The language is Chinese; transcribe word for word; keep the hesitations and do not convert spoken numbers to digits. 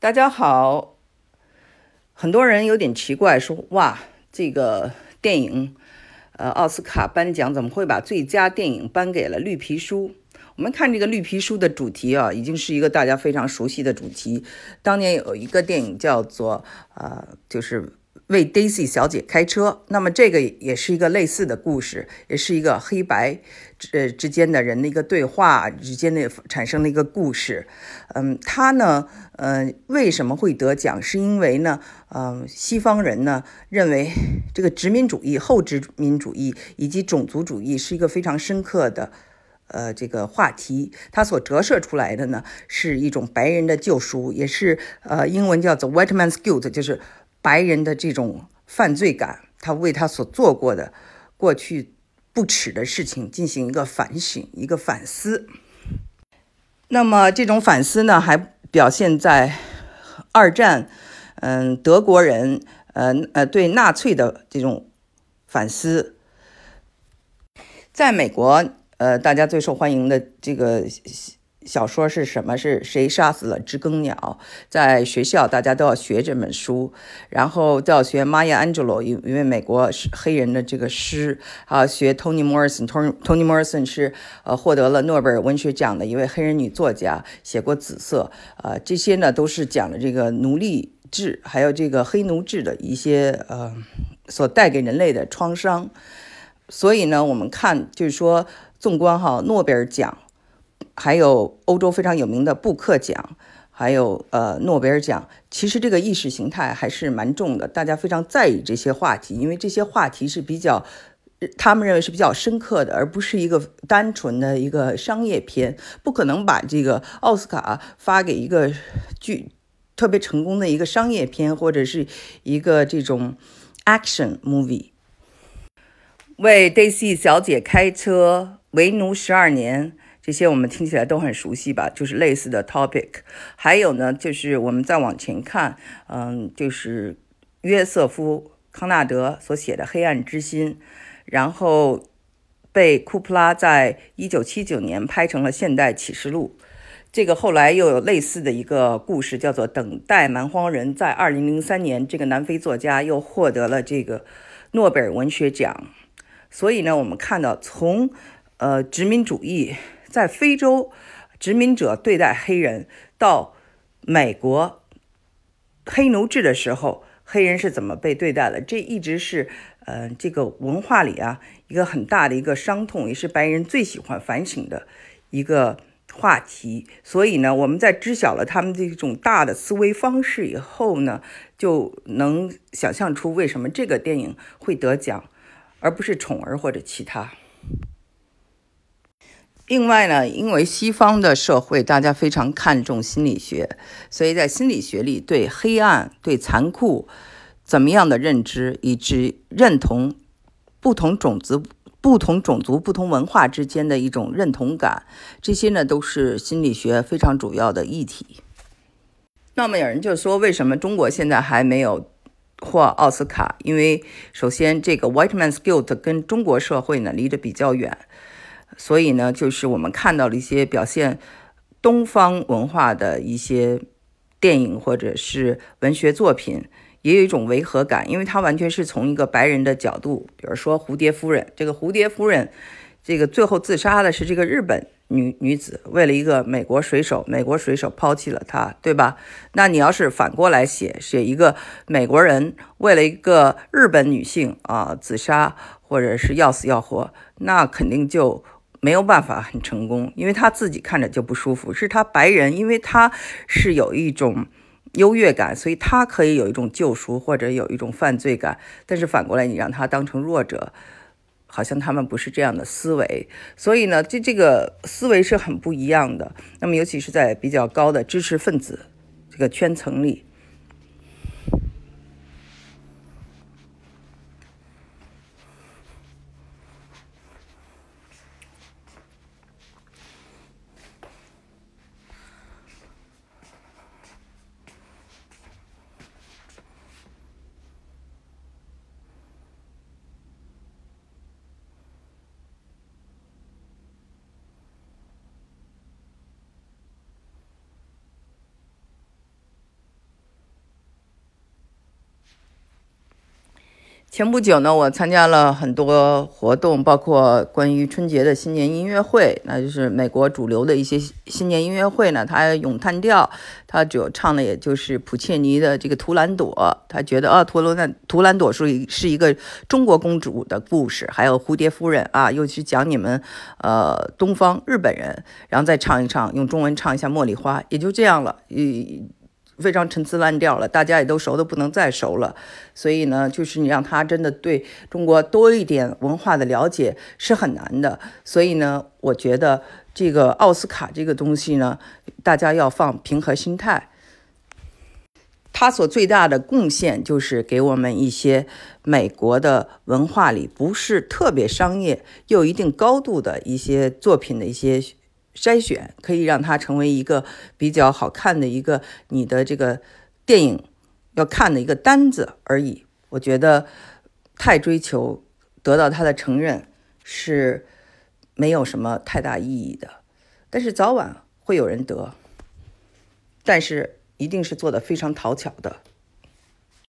大家好，很多人有点奇怪，说哇，这个电影，呃，奥斯卡颁奖怎么会把最佳电影颁给了《绿皮书》？我们看这个《绿皮书》的主题啊，已经是一个大家非常熟悉的主题。当年有一个电影叫做呃，就是为 Daisy 小姐开车，那么这个也是一个类似的故事，也是一个黑白呃之间的人的一个对话之间的产生的一个故事。嗯，他呢，呃，为什么会得奖？是因为呢，呃，西方人呢认为这个殖民主义、后殖民主义以及种族主义是一个非常深刻的。呃，这个话题，它所折射出来的呢，是一种白人的救赎，也是呃，英文叫做 white man's guilt，就是白人的这种犯罪感，他为他所做过的过去不耻的事情进行一个反省、一个反思。那么这种反思呢，还表现在二战，嗯，德国人呃呃对纳粹的这种反思。在美国，呃，大家最受欢迎的这个小说是什么？是谁杀死了知更鸟？在学校大家都要学这本书，然后都要学 Maya Angelou，因为美国是黑人的这个诗，还要学 Toni Morrison。Toni Toni Morrison 是呃获得了诺贝尔文学奖的一位黑人女作家，写过《紫色》。呃，这些呢都是讲了这个奴隶制，还有这个黑奴制的一些呃所带给人类的创伤。所以呢，我们看就是说，纵观哈诺贝尔奖，还有欧洲非常有名的布克奖，还有呃诺贝尔奖，其实这个意识形态还是蛮重的，大家非常在意这些话题，因为这些话题是比较，他们认为是比较深刻的，而不是一个单纯的一个商业片，不可能把这个奥斯卡发给一个剧特别成功的一个商业片，或者是一个这种 action movie。为 Daisy 小姐开车，为奴十二年，这些我们听起来都很熟悉吧？就是类似的 topic。还有呢，就是我们再往前看，嗯，就是约瑟夫康纳德所写的《黑暗之心》，然后被库普拉在一九七九年拍成了《现代启示录》。这个后来又有类似的一个故事，叫做《等待蛮荒人》。在二零零三年，这个南非作家又获得了这个诺贝尔文学奖。所以呢，我们看到从呃殖民主义在非洲殖民者对待黑人，到美国黑奴制的时候，黑人是怎么被对待的，这一直是呃这个文化里啊一个很大的一个伤痛，也是白人最喜欢反省的一个话题。所以呢，我们在知晓了他们这种大的思维方式以后呢，就能想象出为什么这个电影会得奖，而不是宠儿或者其他。另外呢，因为西方的社会大家非常看重心理学，所以在心理学里对黑暗、对残酷怎么样的认知，以及认同不同种族、不同种族、不同文化之间的一种认同感，这些呢都是心理学非常主要的议题。那么有人就说，为什么中国现在还没有获奥斯卡？因为首先这个 white man's guilt 跟中国社会呢离得比较远，所以呢就是我们看到了一些表现东方文化的一些电影或者是文学作品，也有一种违和感，因为它完全是从一个白人的角度，比如说蝴蝶夫人，这个蝴蝶夫人这个最后自杀的是这个日本女女子，为了一个美国水手，美国水手抛弃了她，对吧？那你要是反过来写，写一个美国人为了一个日本女性啊自杀，或者是要死要活，那肯定就没有办法很成功，因为他自己看着就不舒服。是他白人，因为他是有一种优越感，所以他可以有一种救赎或者有一种犯罪感，但是反过来你让他当成弱者，好像他们不是这样的思维，所以呢，这这个思维是很不一样的。那么，尤其是在比较高的知识分子这个圈层里。 前不久呢，我参加了很多活动，包括关于春节的新年音乐会，那就是美国主流的一些新年音乐会呢，他咏叹调，他主要唱的也就是普切尼的这个《图兰朵》，他觉得啊，图兰图兰朵是是一个中国公主的故事，还有蝴蝶夫人啊，又去讲你们呃东方日本人，然后再唱一唱，用中文唱一下《茉莉花》，也就这样了，嗯。非常陈词滥调了，大家也都熟的不能再熟了，所以呢，就是你让他真的对中国多一点文化的了解是很难的。所以呢，我觉得这个奥斯卡这个东西呢，大家要放平和心态。他所最大的贡献就是给我们一些美国的文化里不是特别商业又有一定高度的一些作品的一些筛选，可以让它成为一个比较好看的一个你的这个电影要看的一个单子而已。我觉得太追求得到它的承认是没有什么太大意义的，但是早晚会有人得，但是一定是做得非常讨巧的。